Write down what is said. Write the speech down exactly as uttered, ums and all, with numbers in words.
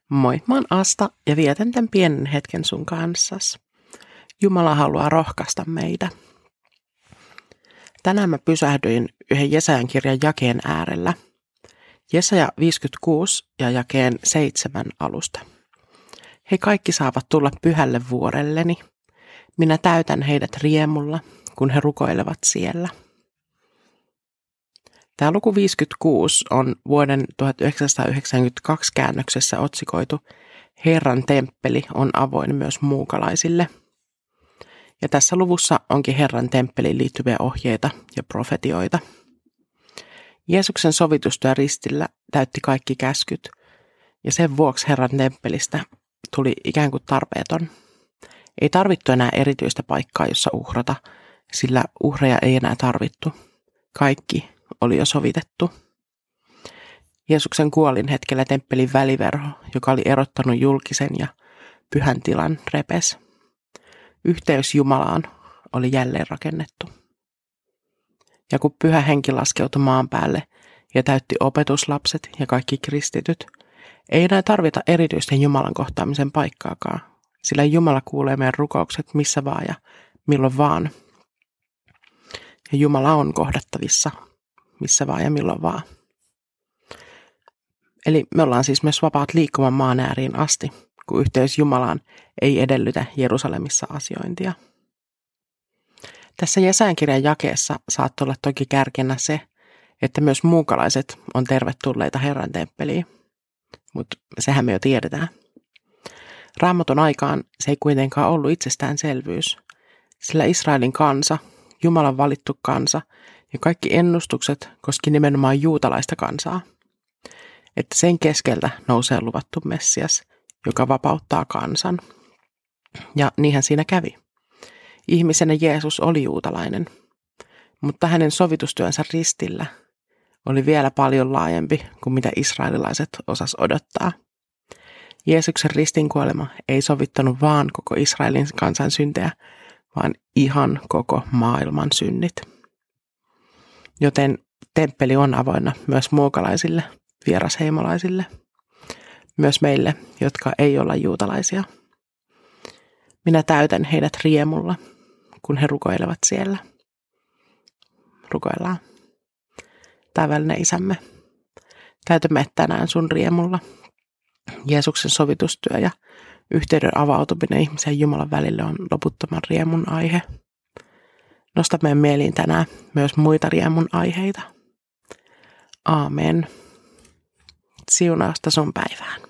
Moi, mä oon Asta ja vietän tämän pienen hetken sun kanssas. Jumala haluaa rohkaista meitä. Tänään mä pysähdyin yhden Jesajan kirjan jakeen äärellä. Jesaja viisikymmentäkuusi ja jakeen seitsemän alusta. He kaikki saavat tulla pyhälle vuorelleni. Minä täytän heidät riemulla, kun he rukoilevat siellä. Tämä luku viisikymmentäkuusi on vuoden tuhatyhdeksänsataayhdeksänkymmentäkaksi käännöksessä otsikoitu Herran temppeli on avoin myös muukalaisille. Ja tässä luvussa onkin Herran temppeliin liittyviä ohjeita ja profetioita. Jeesuksen sovitustyö ristillä täytti kaikki käskyt ja sen vuoksi Herran temppelistä tuli ikään kuin tarpeeton. Ei tarvittu enää erityistä paikkaa, jossa uhrata, sillä uhreja ei enää tarvittu. Kaikki oli jo sovitettu. Jeesuksen kuolin hetkellä temppelin väliverho, joka oli erottanut julkisen ja pyhän tilan, repes. Yhteys Jumalaan oli jälleen rakennettu. Ja kun pyhä henki laskeutui maan päälle ja täytti opetuslapset ja kaikki kristityt, ei enää tarvita erityisten Jumalan kohtaamisen paikkaakaan, sillä Jumala kuulee meidän rukoukset missä vaan ja milloin vaan. Ja Jumala on kohdattavissa missä vaan ja milloin vaan. Eli me ollaan siis myös vapaat liikkumaan maan ääriin asti, kun yhteys Jumalaan ei edellytä Jerusalemissa asiointia. Tässä Jesajan kirjan jakeessa saattoi olla toki kärkenä se, että myös muukalaiset on tervetulleita Herran temppeliin, mutta sehän me jo tiedetään. Raamatun aikaan se ei kuitenkaan ollut itsestäänselvyys, sillä Israelin kansa, Jumalan valittu kansa ja kaikki ennustukset koski nimenomaan juutalaista kansaa, että sen keskeltä nousee luvattu Messias, joka vapauttaa kansan. Ja niinhän siinä kävi. Ihmisenä Jeesus oli juutalainen, mutta hänen sovitustyönsä ristillä oli vielä paljon laajempi kuin mitä israelilaiset osas odottaa. Jeesuksen ristinkuolema ei sovittanut vaan koko Israelin kansan syntejä, vaan ihan koko maailman synnit. Joten temppeli on avoinna myös muukalaisille, vierasheimolaisille, myös meille, jotka ei olla juutalaisia. Minä täytän heidät riemulla, kun he rukoilevat siellä. Rukoillaan. Taivaallinen Isämme, täytämme tänään sun riemulla. Jeesuksen sovitustyö ja yhteyden avautuminen ihmisen ja Jumalan välille on loputtoman riemun aihe. Nosta meidän mieliin tänään myös muita riemun aiheita. Aamen. Siunausta sun päivään.